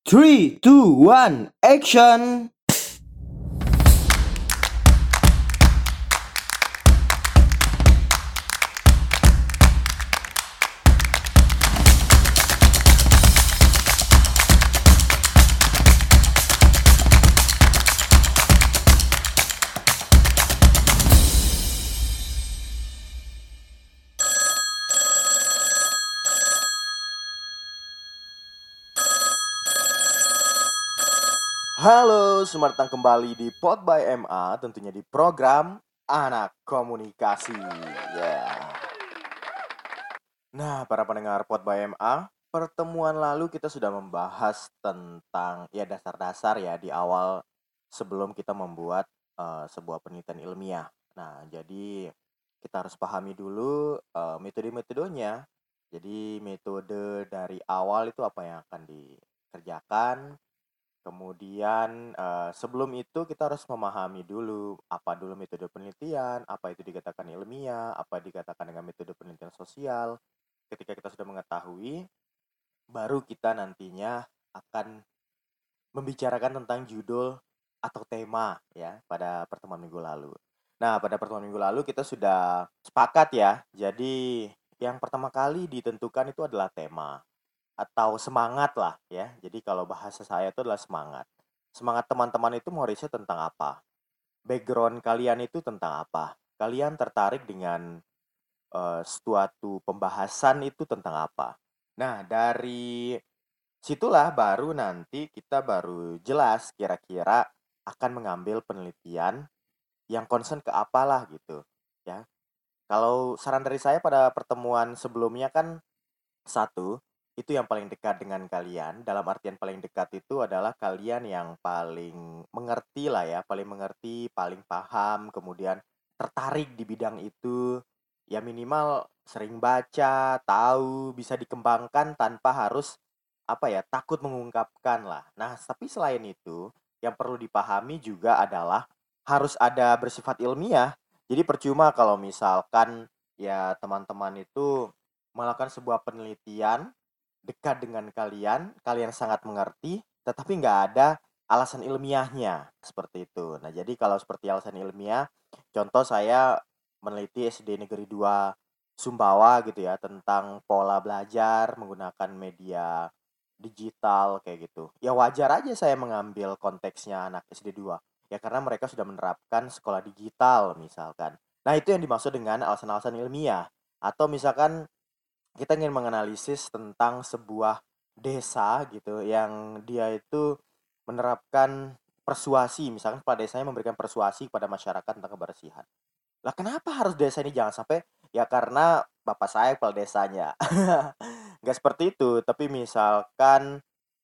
Three, two, one, action! Halo, selamat datang kembali di Pod by MA, tentunya di program Anak Komunikasi. Yeah. Nah, para pendengar Pod by MA, pertemuan lalu kita sudah membahas tentang ya dasar-dasar ya di awal sebelum kita membuat sebuah penelitian ilmiah. Nah, jadi kita harus pahami dulu metode-metodenya. Jadi metode dari awal itu apa yang akan dikerjakan. Kemudian, sebelum itu kita harus memahami dulu, apa dulu metode penelitian, apa itu dikatakan ilmiah, apa dikatakan dengan metode penelitian sosial. Ketika kita sudah mengetahui, baru kita nantinya akan membicarakan tentang judul atau tema ya pada pertemuan minggu lalu. Nah, pada pertemuan minggu lalu kita sudah sepakat ya. Jadi yang pertama kali ditentukan itu adalah tema atau semangat lah ya. Jadi kalau bahasa saya itu adalah semangat. Semangat teman-teman itu mau riset tentang apa? Background kalian itu tentang apa? Kalian tertarik dengan suatu pembahasan itu tentang apa? Nah, dari situlah baru nanti kita baru jelas kira-kira akan mengambil penelitian yang concern ke apalah gitu ya. Kalau saran dari saya pada pertemuan sebelumnya kan satu, itu yang paling dekat dengan kalian. Dalam artian paling dekat itu adalah kalian yang paling mengerti lah ya, paling mengerti, paling paham, kemudian tertarik di bidang itu. Ya minimal sering baca, tahu, bisa dikembangkan tanpa harus apa ya, takut mengungkapkan lah. Nah, tapi selain itu, yang perlu dipahami juga adalah harus ada bersifat ilmiah. Jadi percuma kalau misalkan ya teman-teman itu melakukan sebuah penelitian dekat dengan kalian, kalian sangat mengerti, tetapi nggak ada alasan ilmiahnya, seperti itu. Nah, jadi kalau seperti alasan ilmiah, contoh saya meneliti SD Negeri 2 Sumbawa gitu ya, tentang pola belajar menggunakan media digital kayak gitu. Ya wajar aja saya mengambil konteksnya anak SD 2. Ya karena mereka sudah menerapkan sekolah digital misalkan. Nah, itu yang dimaksud dengan alasan-alasan ilmiah. Atau misalkan kita ingin menganalisis tentang sebuah desa gitu yang dia itu menerapkan persuasi, misalkan kepala desanya memberikan persuasi kepada masyarakat tentang kebersihan. Lah kenapa harus desa ini jangan sampai ya karena bapak saya kepala desanya. Nggak seperti itu, tapi misalkan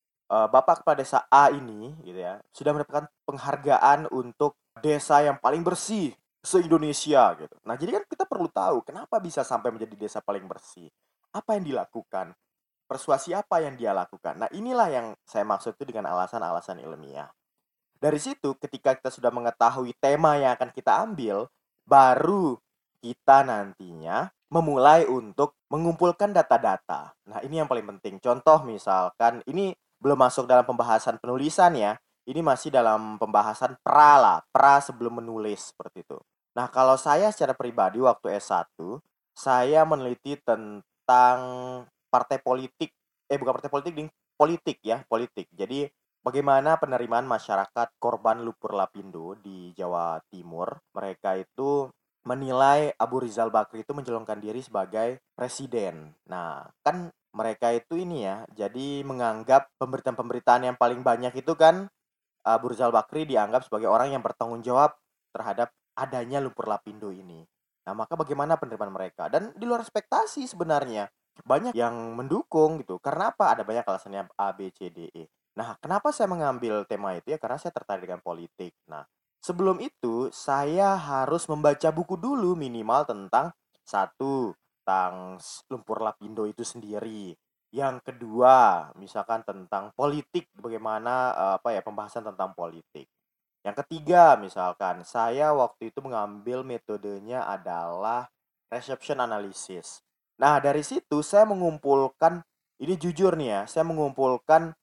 bapak kepala desa A ini gitu ya sudah mendapatkan penghargaan untuk desa yang paling bersih se-Indonesia gitu. Nah, jadi kan kita perlu tahu kenapa bisa sampai menjadi desa paling bersih. Apa yang dilakukan? Persuasi apa yang dia lakukan? Nah, inilah yang saya maksud itu dengan alasan-alasan ilmiah. Dari situ, ketika kita sudah mengetahui tema yang akan kita ambil, baru kita nantinya memulai untuk mengumpulkan data-data. Nah, ini yang paling penting. Contoh misalkan, ini belum masuk dalam pembahasan penulisan ya. Ini masih dalam pembahasan pra lah, pra sebelum menulis seperti itu. Nah, kalau saya secara pribadi waktu S1, saya meneliti tentang partai politik, bukan partai politik, politik ya, politik. Jadi bagaimana penerimaan masyarakat korban lumpur lapindo di Jawa Timur? Mereka itu menilai Abu Rizal Bakri itu mencalonkan diri sebagai presiden. Nah, kan mereka itu ini ya, jadi menganggap pemberitaan-pemberitaan yang paling banyak itu kan Abu Rizal Bakri dianggap sebagai orang yang bertanggung jawab terhadap adanya lumpur lapindo ini. Nah, maka bagaimana penerimaan mereka? Dan di luar ekspektasi sebenarnya. Banyak yang mendukung gitu. Karena apa? Ada banyak alasannya A, B, C, D, E. Nah, kenapa saya mengambil tema itu ya? Karena saya tertarik dengan politik. Nah, sebelum itu saya harus membaca buku dulu minimal tentang satu, tentang lumpur lapindo itu sendiri. Yang kedua, misalkan tentang politik, bagaimana apa ya pembahasan tentang politik. Yang ketiga, misalkan saya waktu itu mengambil metodenya adalah reception analysis. Nah, dari situ saya mengumpulkan, ini jujur nih ya, saya mengumpulkan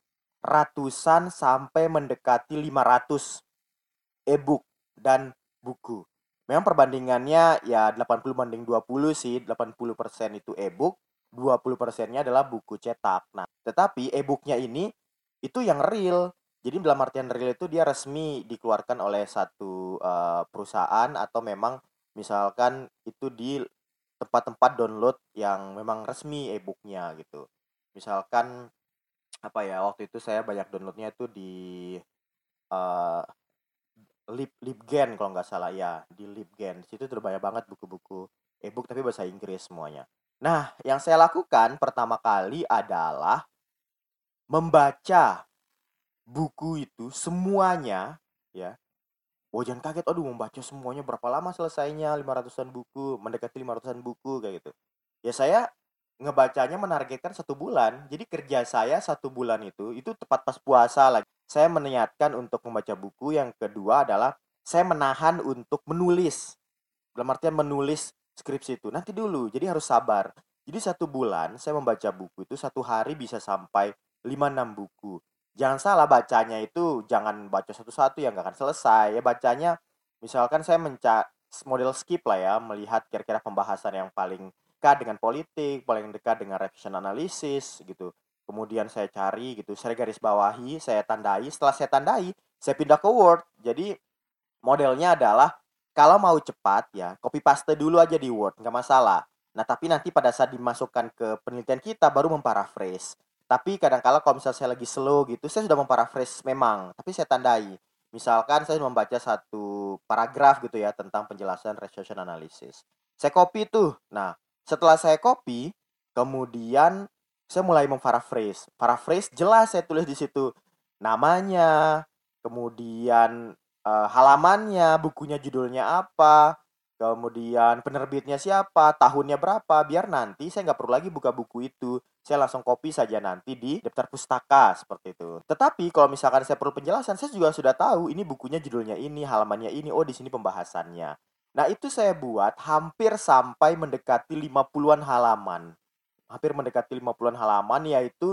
ratusan sampai mendekati 500 e-book dan buku. Memang perbandingannya ya 80 banding 20 sih, 80% itu e-book, 20%-nya adalah buku cetak. Nah, tetapi e-booknya ini itu yang real. Jadi dalam artian real itu dia resmi dikeluarkan oleh satu perusahaan atau memang misalkan itu di tempat-tempat download yang memang resmi e-booknya gitu. Misalkan apa ya, waktu itu saya banyak downloadnya itu di eh, Libgen kalau nggak salah ya, di Libgen. Di situ tuh banyak banget buku-buku e-book tapi bahasa Inggris semuanya. Nah, yang saya lakukan pertama kali adalah membaca buku itu semuanya ya. Oh, jangan kaget, aduh membaca semuanya berapa lama selesainya? 500-an buku, mendekati 500-an buku kayak gitu. Ya saya ngebacanya menargetkan 1 bulan. Jadi kerja saya 1 bulan itu tepat pas puasa lagi. Saya meniatkan untuk membaca buku. Yang kedua adalah saya menahan untuk menulis. Dalam artian menulis skripsi itu. Nanti dulu, jadi harus sabar. Jadi 1 bulan saya membaca buku itu 1 hari bisa sampai 5-6 buku. Jangan salah bacanya itu jangan baca satu-satu yang nggak akan selesai. Ya bacanya misalkan saya model skip lah ya, melihat kira-kira pembahasan yang paling dekat dengan politik, paling dekat dengan revision analisis gitu. Kemudian saya cari gitu, saya garis bawahi, saya tandai. Setelah saya tandai, saya pindah ke Word. Jadi modelnya adalah kalau mau cepat ya copy paste dulu aja di Word, nggak masalah. Nah, tapi nanti pada saat dimasukkan ke penelitian kita baru memparaphrase. Tapi kadang-kala kalau misalnya saya lagi slow gitu, saya sudah memparaphrase memang, tapi saya tandai. Misalkan saya membaca satu paragraf gitu ya tentang penjelasan regression analysis. Saya copy tuh. Nah, setelah saya copy, kemudian saya mulai memparaphrase. Paraphrase jelas saya tulis di situ namanya, kemudian halamannya, bukunya judulnya apa, kemudian penerbitnya siapa, tahunnya berapa, biar nanti saya nggak perlu lagi buka buku itu. Saya langsung copy saja nanti di daftar pustaka seperti itu. Tetapi kalau misalkan saya perlu penjelasan, saya juga sudah tahu ini bukunya judulnya ini, halamannya ini, oh di sini pembahasannya. Nah, itu saya buat hampir sampai mendekati 50-an halaman. Hampir mendekati 50-an halaman, yaitu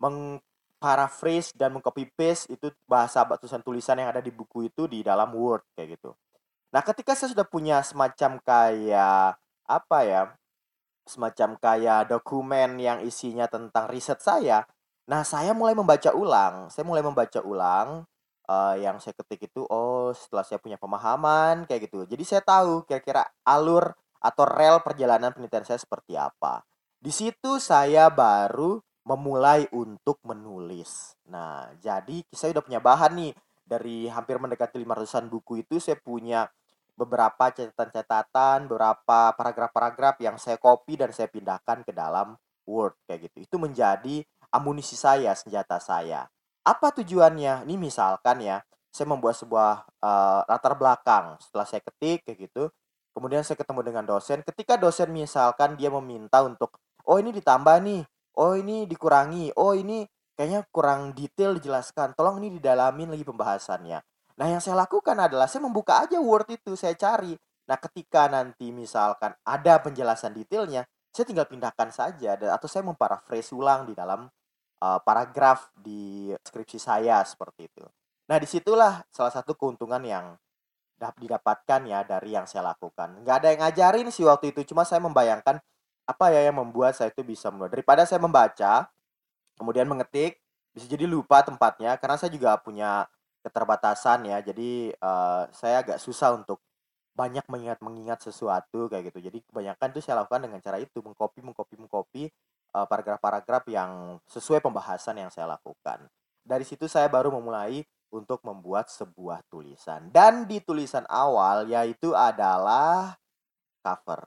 paraphrase dan mengcopy paste itu bahasa tulisan yang ada di buku itu di dalam Word kayak gitu. Nah, ketika saya sudah punya semacam kayak apa ya? Semacam kayak dokumen yang isinya tentang riset saya. Nah, saya mulai membaca ulang. Saya mulai membaca ulang yang saya ketik itu oh, setelah saya punya pemahaman kayak gitu. Jadi saya tahu kira-kira alur atau rel perjalanan penelitian saya seperti apa. Di situ saya baru memulai untuk menulis. Nah, jadi saya udah punya bahan nih dari hampir mendekati 500-an buku itu saya punya beberapa catatan-catatan, beberapa paragraf-paragraf yang saya copy dan saya pindahkan ke dalam Word kayak gitu. Itu menjadi amunisi saya, senjata saya. Apa tujuannya? Ini misalkan ya, saya membuat sebuah latar belakang. Setelah saya ketik kayak gitu, kemudian saya ketemu dengan dosen. Ketika dosen misalkan dia meminta untuk, oh ini ditambah nih, oh ini dikurangi, oh ini kayaknya kurang detail dijelaskan. Tolong ini didalamin lagi pembahasannya. Nah, yang saya lakukan adalah saya membuka aja Word itu, saya cari. Nah, ketika nanti misalkan ada penjelasan detailnya, saya tinggal pindahkan saja atau saya memparaphrase ulang di dalam paragraf di skripsi saya seperti itu. Nah, disitulah salah satu keuntungan yang didapatkan ya dari yang saya lakukan. Nggak ada yang ngajarin sih waktu itu, cuma saya membayangkan apa ya yang membuat saya itu bisa daripada saya membaca kemudian mengetik, bisa jadi lupa tempatnya karena saya juga punya keterbatasan ya. Jadi saya agak susah untuk banyak mengingat sesuatu kayak gitu. Jadi kebanyakan itu saya lakukan dengan cara itu, mengcopy paragraf-paragraf yang sesuai pembahasan yang saya lakukan. Dari situ saya baru memulai untuk membuat sebuah tulisan. Dan di tulisan awal yaitu adalah cover.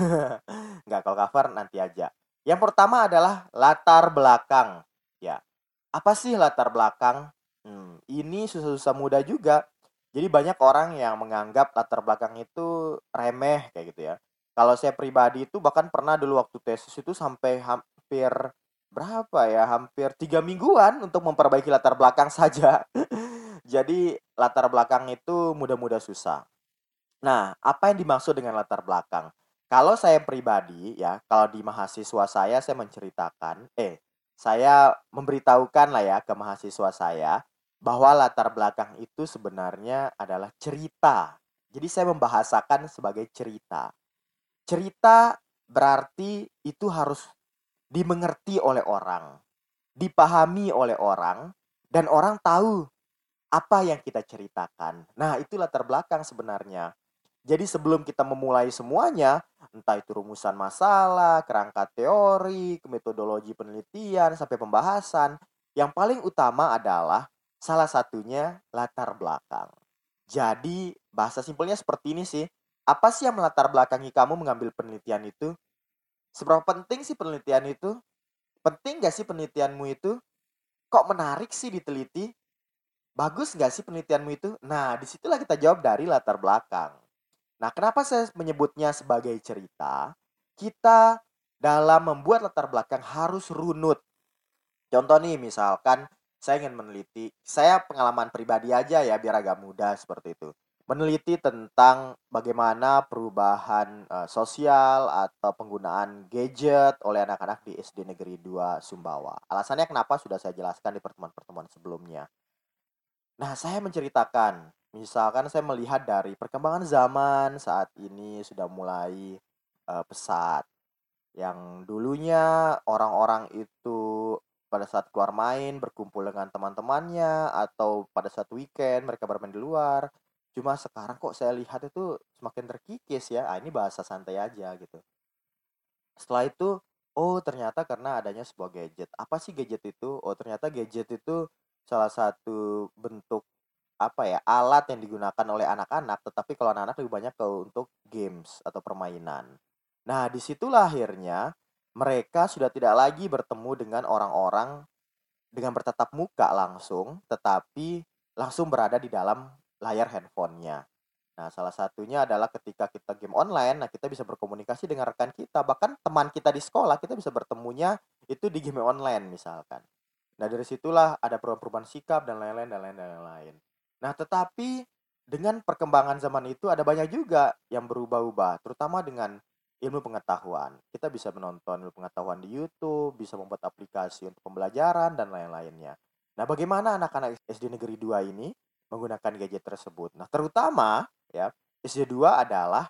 Nggak, kalau cover nanti aja. Yang pertama adalah latar belakang. Ya, apa sih latar belakang? Ini susah-susah mudah juga. Jadi banyak orang yang menganggap latar belakang itu remeh kayak gitu ya. Kalau saya pribadi itu bahkan pernah dulu waktu tesis itu sampai hampir berapa ya? Hampir 3 mingguan untuk memperbaiki latar belakang saja. Jadi latar belakang itu mudah-mudah susah. Nah, apa yang dimaksud dengan latar belakang? Kalau saya pribadi ya, kalau di mahasiswa saya menceritakan, saya memberitahukan lah ya ke mahasiswa saya bahwa latar belakang itu sebenarnya adalah cerita. Jadi saya membahasakan sebagai cerita. Cerita berarti itu harus dimengerti oleh orang, dipahami oleh orang, dan orang tahu apa yang kita ceritakan. Nah, itu latar belakang sebenarnya. Jadi sebelum kita memulai semuanya, entah itu rumusan masalah, kerangka teori, metodologi penelitian, sampai pembahasan, yang paling utama adalah salah satunya latar belakang. Jadi bahasa simpelnya seperti ini sih. Apa sih yang melatar belakangi kamu mengambil penelitian itu? Seberapa penting sih penelitian itu? Penting gak sih penelitianmu itu? Kok menarik sih diteliti? Bagus nggak sih penelitianmu itu? Nah, disitulah kita jawab dari latar belakang. Nah, kenapa saya menyebutnya sebagai cerita? Kita dalam membuat latar belakang harus runut. Contoh nih, misalkan saya ingin meneliti, saya pengalaman pribadi aja ya, biar agak mudah seperti itu. Meneliti tentang bagaimana perubahan sosial atau penggunaan gadget oleh anak-anak di SD Negeri 2 Sumbawa. Alasannya kenapa sudah saya jelaskan di pertemuan-pertemuan sebelumnya. Nah, saya menceritakan, misalkan saya melihat dari perkembangan zaman saat ini sudah mulai pesat. Yang dulunya orang-orang itu pada saat keluar main berkumpul dengan teman-temannya atau pada saat weekend mereka bermain di luar. Cuma sekarang kok saya lihat itu semakin terkikis ya. Ah, ini bahasa santai aja gitu. Setelah itu, oh ternyata karena adanya sebuah gadget. Apa sih gadget itu? Oh ternyata gadget itu salah satu bentuk apa ya, alat yang digunakan oleh anak-anak, tetapi kalau anak-anak lebih banyak ke untuk games atau permainan. Nah, disitulah akhirnya mereka sudah tidak lagi bertemu dengan orang-orang dengan bertatap muka langsung, tetapi langsung berada di dalam layar handphonenya. Nah, salah satunya adalah ketika kita game online, nah kita bisa berkomunikasi dengan rekan kita, bahkan teman kita di sekolah, kita bisa bertemunya itu di game online misalkan. Nah, dari situlah ada perubahan-perubahan sikap dan lain-lain dan lain-lain dan lain-lain. Nah, tetapi dengan perkembangan zaman itu ada banyak juga yang berubah-ubah, terutama dengan ilmu pengetahuan. Kita bisa menonton ilmu pengetahuan di YouTube, bisa membuat aplikasi untuk pembelajaran dan lain-lainnya. Nah, bagaimana anak-anak SD Negeri 2 ini menggunakan gadget tersebut? Nah, terutama ya, SD 2 adalah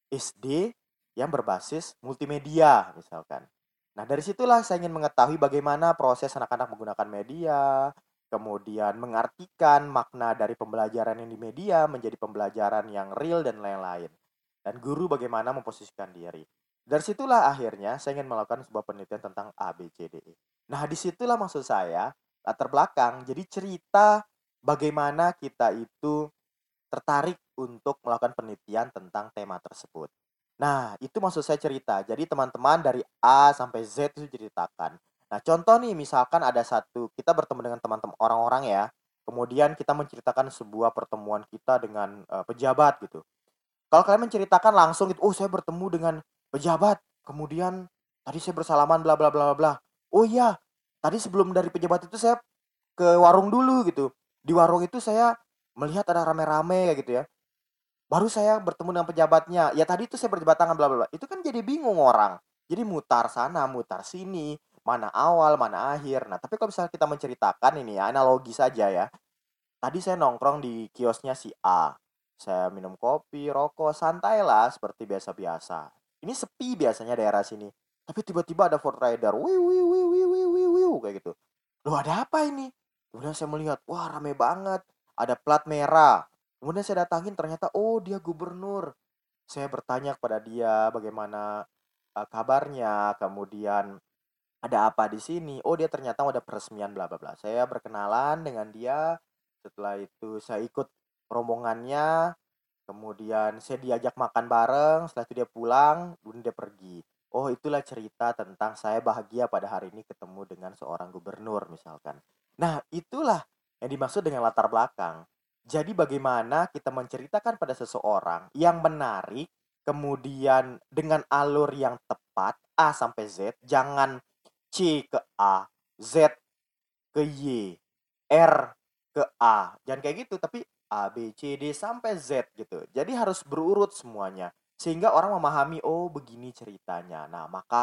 SD yang berbasis multimedia misalkan. Nah, dari situlah saya ingin mengetahui bagaimana proses anak-anak menggunakan media, kemudian mengartikan makna dari pembelajaran yang di media menjadi pembelajaran yang real dan lain-lain. Dan guru bagaimana memposisikan diri. Dari situlah akhirnya saya ingin melakukan sebuah penelitian tentang A, B, C, D, E. Nah, disitulah maksud saya latar belakang. Jadi cerita bagaimana kita itu tertarik untuk melakukan penelitian tentang tema tersebut. Nah, itu maksud saya cerita. Jadi teman-teman dari A sampai Z itu ceritakan. Nah, contoh nih, misalkan ada satu, kita bertemu dengan teman-teman orang-orang ya, kemudian kita menceritakan sebuah pertemuan kita dengan pejabat gitu. Kalau kalian menceritakan langsung gitu, oh saya bertemu dengan pejabat, kemudian tadi saya bersalaman bla bla bla bla. Oh iya, tadi sebelum dari pejabat itu saya ke warung dulu gitu. Di warung itu saya melihat ada rame-rame kayak gitu ya. Baru saya bertemu dengan pejabatnya. Ya tadi itu saya berjabat tangan bla bla bla. Itu kan jadi bingung orang. Jadi mutar sana, mutar sini, mana awal, mana akhir. Nah, tapi kalau misalnya kita menceritakan ini ya, analogi saja ya. Tadi saya nongkrong di kiosnya si A. Saya minum kopi, rokok, santai lah seperti biasa-biasa. Ini sepi biasanya daerah sini. Tapi tiba-tiba ada Ford Rider. Wiu, wiu, wiu, wiu, wiu, wiu, wiu, kayak gitu. Loh ada apa ini? Kemudian saya melihat, wah rame banget. Ada plat merah. Kemudian saya datangin ternyata, oh dia gubernur. Saya bertanya kepada dia bagaimana kabarnya. Kemudian ada apa di sini? Oh dia ternyata ada peresmian bla bla bla. Saya berkenalan dengan dia. Setelah itu saya ikut rombongannya. Kemudian saya diajak makan bareng, setelah itu dia pulang, kemudian dia pergi. Oh, itulah cerita tentang saya bahagia pada hari ini ketemu dengan seorang gubernur misalkan. Nah, itulah yang dimaksud dengan latar belakang. Jadi bagaimana kita menceritakan pada seseorang yang menarik, kemudian dengan alur yang tepat, A sampai Z, jangan C ke A, Z ke Y, R ke A. Jangan kayak gitu, tapi A, B, C, D sampai Z gitu. Jadi harus berurut semuanya. Sehingga orang memahami, oh begini ceritanya. Nah, maka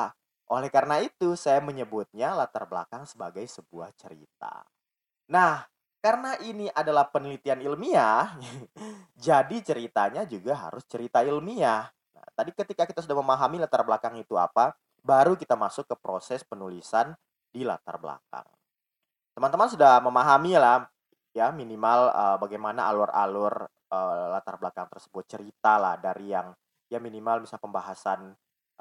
Oleh karena itu, saya menyebutnya latar belakang sebagai sebuah cerita. Nah, karena ini adalah penelitian ilmiah, jadi ceritanya juga harus cerita ilmiah. Nah, tadi ketika kita sudah memahami latar belakang itu apa, baru kita masuk ke proses penulisan di latar belakang. Teman-teman sudah memahami lah ya minimal bagaimana alur-alur latar belakang tersebut, cerita lah dari yang ya minimal bisa pembahasan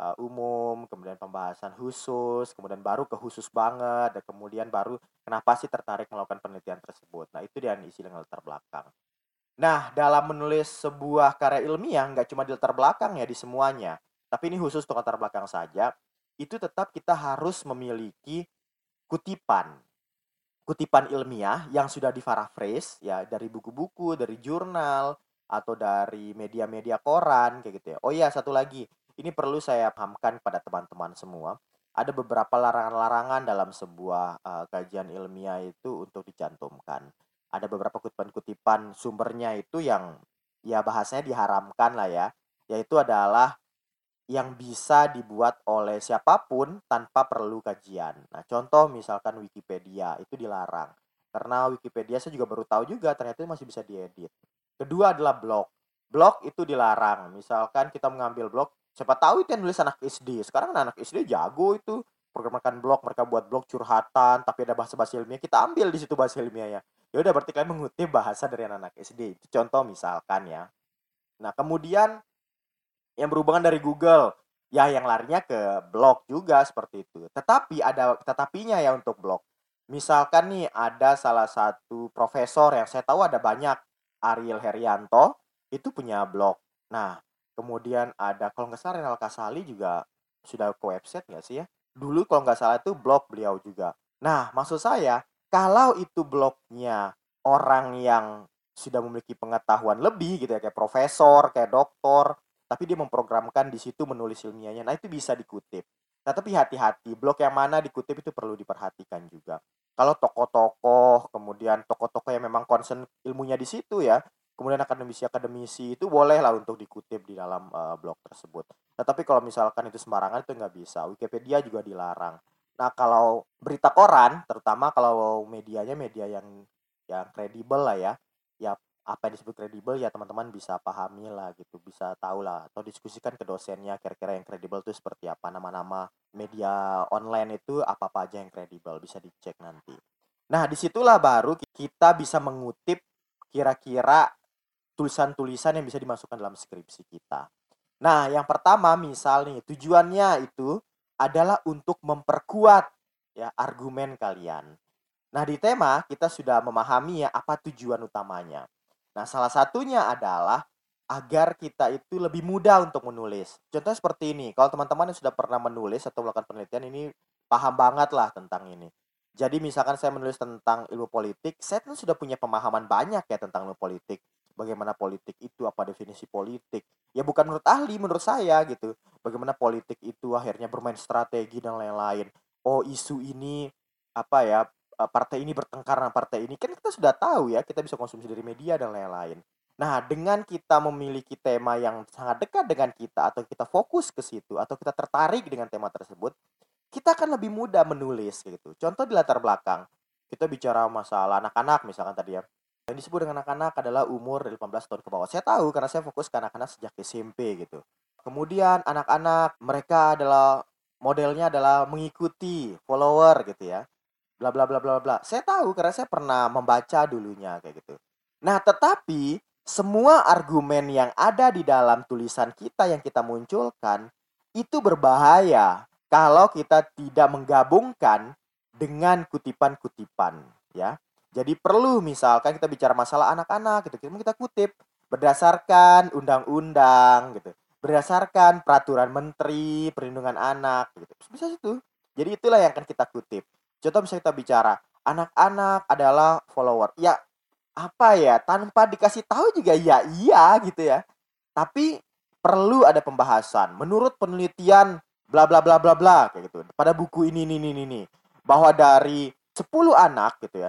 umum, kemudian pembahasan khusus, kemudian baru ke khusus banget, dan kemudian baru kenapa sih tertarik melakukan penelitian tersebut. Nah, itu yang diisi dengan latar belakang. Nah, dalam menulis sebuah karya ilmiah nggak cuma di latar belakang ya, di semuanya. Tapi ini khusus untuk latar belakang saja. Itu tetap kita harus memiliki kutipan kutipan ilmiah yang sudah diparaphrase ya dari buku-buku, dari jurnal atau dari media-media koran kayak gitu ya. Oh iya, satu lagi. Ini perlu saya pahamkan pada teman-teman semua. Ada beberapa larangan-larangan dalam sebuah kajian ilmiah itu untuk dicantumkan. Ada beberapa kutipan-kutipan sumbernya itu yang ya bahasanya diharamkan lah ya. Yaitu adalah yang bisa dibuat oleh siapapun tanpa perlu kajian. Nah, contoh misalkan Wikipedia itu dilarang. Karena Wikipedia saya juga baru tahu juga ternyata masih bisa diedit. Kedua adalah blog. Blog itu dilarang. Misalkan kita mengambil blog, siapa tahu itu yang nulis anak SD. Sekarang anak SD jago itu programkan blog, mereka buat blog curhatan, tapi ada bahasa-bahasa ilmiah, kita ambil di situ bahasa ilmiahnya. Ya udah berarti kalian mengutip bahasa dari anak SD. Itu contoh misalkan ya. Nah, kemudian yang berhubungan dari Google. Ya, yang larinya ke blog juga seperti itu. Tetapi ada tetapinya ya untuk blog. Misalkan nih ada salah satu profesor yang saya tahu ada banyak, Ariel Herianto, itu punya blog. Nah, kemudian ada kalau nggak salah Renal Kasali juga sudah ke website nggak sih ya? Dulu kalau nggak salah itu blog beliau juga. Nah, maksud saya, kalau itu blognya orang yang sudah memiliki pengetahuan lebih gitu ya, kayak profesor, kayak doktor, tapi dia memprogramkan di situ menulis ilmiahnya. Nah, itu bisa dikutip. Nah, tapi hati-hati, blog yang mana dikutip itu perlu diperhatikan juga. Kalau tokoh-tokoh, kemudian tokoh-tokoh yang memang concern ilmunya di situ ya, kemudian akademisi-akademisi itu boleh lah untuk dikutip di dalam blog tersebut. Nah, tapi kalau misalkan itu sembarangan itu nggak bisa. Wikipedia juga dilarang. Nah, kalau berita koran, terutama kalau medianya media yang kredibel lah ya, ya apa yang disebut kredibel ya teman-teman bisa pahami lah gitu, bisa tahu lah atau diskusikan ke dosennya kira-kira yang kredibel itu seperti apa, nama-nama media online itu apa-apa aja yang kredibel bisa dicek nanti. Nah, disitulah baru kita bisa mengutip kira-kira tulisan-tulisan yang bisa dimasukkan dalam skripsi kita. Nah, yang pertama misal nih tujuannya itu adalah untuk memperkuat ya argumen kalian. Nah, di tema kita sudah memahami ya apa tujuan utamanya. Nah, salah satunya adalah agar kita itu lebih mudah untuk menulis. Contohnya seperti ini, kalau teman-teman yang sudah pernah menulis atau melakukan penelitian ini paham banget lah tentang ini. Jadi misalkan saya menulis tentang ilmu politik, saya tuh sudah punya pemahaman banyak ya tentang ilmu politik. Bagaimana politik itu, apa definisi politik. Ya bukan menurut ahli, menurut saya gitu. Bagaimana politik itu akhirnya bermain strategi dan lain-lain. Oh, isu ini apa ya, partai ini bertengkar dengan partai ini, kan kita sudah tahu ya, kita bisa konsumsi dari media dan lain-lain. Nah, dengan kita memiliki tema yang sangat dekat dengan kita, atau kita fokus ke situ, atau kita tertarik dengan tema tersebut, kita akan lebih mudah menulis gitu. Contoh di latar belakang, kita bicara masalah anak-anak misalkan tadi ya. Yang disebut dengan anak-anak adalah umur dari 18 tahun ke bawah. Saya tahu karena saya fokus ke anak-anak sejak SMP gitu. Kemudian anak-anak mereka adalah modelnya adalah mengikuti follower gitu ya, bla bla bla bla bla. Saya tahu karena saya pernah membaca dulunya kayak gitu. Nah, tetapi semua argumen yang ada di dalam tulisan kita yang kita munculkan itu berbahaya kalau kita tidak menggabungkan dengan kutipan-kutipan ya. Jadi perlu misalkan kita bicara masalah anak-anak gitu, kita kutip berdasarkan undang-undang gitu, berdasarkan peraturan menteri perlindungan anak gitu. Bisa itu. Jadi itulah yang akan kita kutip. Contoh misalnya kita bicara, anak-anak adalah follower. Ya, apa ya, tanpa dikasih tahu juga ya iya gitu ya. Tapi perlu ada pembahasan. Menurut penelitian bla bla bla bla bla kayak gitu. Pada buku ini bahwa dari 10 anak gitu ya,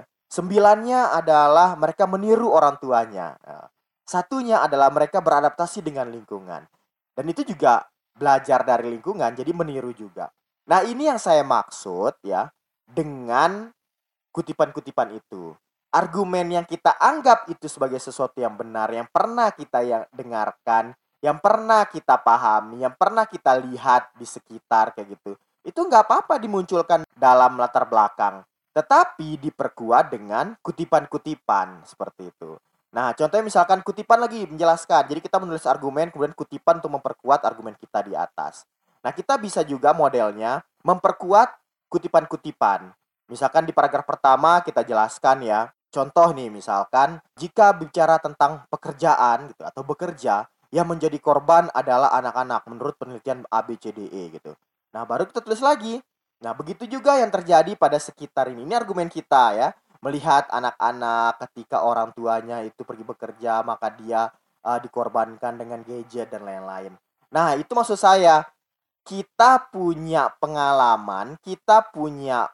9-nya adalah mereka meniru orang tuanya. Nah, satunya adalah mereka beradaptasi dengan lingkungan. Dan itu juga belajar dari lingkungan, jadi meniru juga. Nah, ini yang saya maksud ya dengan kutipan-kutipan itu. Argumen yang kita anggap itu sebagai sesuatu yang benar, yang pernah kita yang dengarkan, yang pernah kita pahami, yang pernah kita lihat di sekitar kayak gitu. Itu nggak apa-apa dimunculkan dalam latar belakang. Tetapi diperkuat dengan kutipan-kutipan seperti itu. Nah, contohnya misalkan kutipan lagi menjelaskan. Jadi kita menulis argumen, kemudian kutipan untuk memperkuat argumen kita di atas. Nah, kita bisa juga modelnya memperkuat kutipan-kutipan. Misalkan di paragraf pertama kita jelaskan ya, contoh nih misalkan jika bicara tentang pekerjaan gitu atau bekerja, yang menjadi korban adalah anak-anak menurut penelitian ABCDE gitu. Nah, baru kita tulis lagi. Nah, begitu juga yang terjadi pada sekitar ini. Ini argumen kita ya. Melihat anak-anak ketika orang tuanya itu pergi bekerja, maka dia dikorbankan dengan gadget dan lain-lain. Nah, itu maksud saya, kita punya pengalaman, kita punya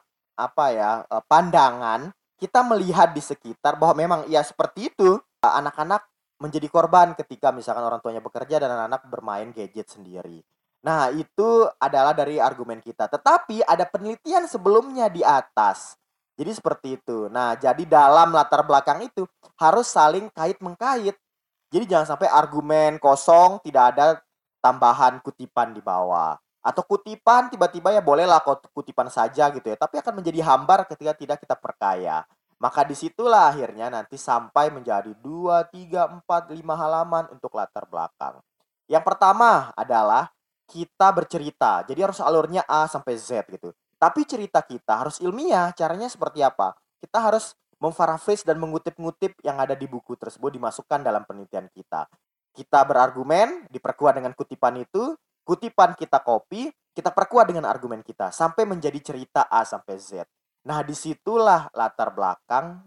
pandangan, kita melihat di sekitar bahwa memang ya seperti itu, anak-anak menjadi korban ketika misalkan orang tuanya bekerja dan anak-anak bermain gadget sendiri. Nah, itu adalah dari argumen kita. Tetapi ada penelitian sebelumnya di atas. Jadi seperti itu. Nah, jadi dalam latar belakang itu harus saling kait-mengkait. Jadi jangan sampai argumen kosong, tidak ada tambahan kutipan di bawah. Atau kutipan tiba-tiba ya bolehlah kutipan saja gitu ya, tapi akan menjadi hambar ketika tidak kita perkaya. Maka disitulah akhirnya nanti sampai menjadi 2, 3, 4, 5 halaman untuk latar belakang. Yang pertama adalah kita bercerita. Jadi harus alurnya A sampai Z gitu. Tapi cerita kita harus ilmiah. Caranya seperti apa? Kita harus memparaphrase dan mengutip-ngutip yang ada di buku tersebut dimasukkan dalam penelitian kita. Kita berargumen, diperkuat dengan kutipan itu, kutipan kita copy, kita perkuat dengan argumen kita sampai menjadi cerita A sampai Z. Nah, disitulah latar belakang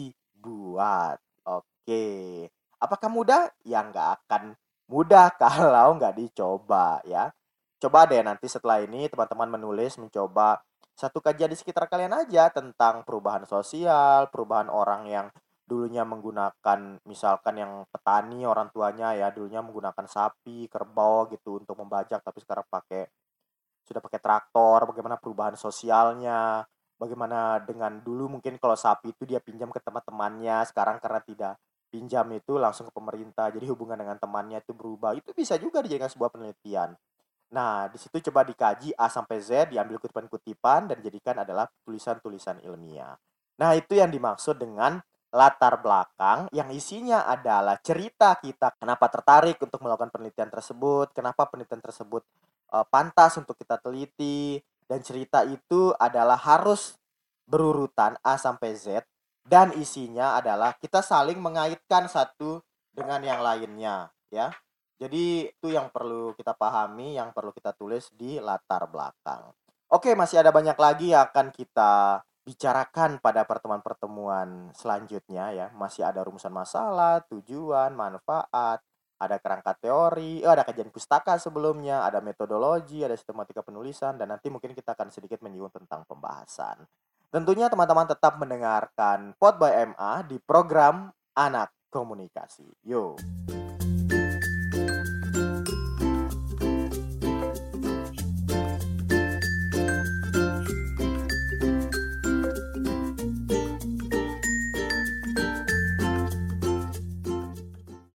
dibuat. Oke. Apakah mudah? Ya nggak akan mudah kalau nggak dicoba ya. Coba deh nanti setelah ini teman-teman menulis, mencoba satu kajian di sekitar kalian aja tentang perubahan sosial, perubahan orang yang dulunya menggunakan misalkan yang petani orang tuanya ya dulunya menggunakan sapi, kerbau gitu untuk membajak tapi sekarang sudah pakai traktor, bagaimana perubahan sosialnya, bagaimana dengan dulu mungkin kalau sapi itu dia pinjam ke teman-temannya, sekarang karena tidak pinjam itu langsung ke pemerintah, jadi hubungan dengan temannya itu berubah. Itu bisa juga dijadikan sebuah penelitian. Nah, di situ coba dikaji A sampai Z, diambil kutipan-kutipan dan jadikan adalah tulisan-tulisan ilmiah. Nah, itu yang dimaksud dengan latar belakang yang isinya adalah cerita kita kenapa tertarik untuk melakukan penelitian tersebut, kenapa penelitian tersebut pantas untuk kita teliti, dan cerita itu adalah harus berurutan A sampai Z dan isinya adalah kita saling mengaitkan satu dengan yang lainnya ya. Jadi itu yang perlu kita pahami, yang perlu kita tulis di latar belakang. Oke, masih ada banyak lagi yang akan kita bicarakan pada pertemuan-pertemuan selanjutnya ya. Masih ada rumusan masalah, tujuan, manfaat, ada kerangka teori, ada kajian pustaka sebelumnya, ada metodologi, ada sistematika penulisan, dan nanti mungkin kita akan sedikit menyinggung tentang pembahasan. Tentunya teman-teman tetap mendengarkan Pod by MA di program Anak Komunikasi. Yo.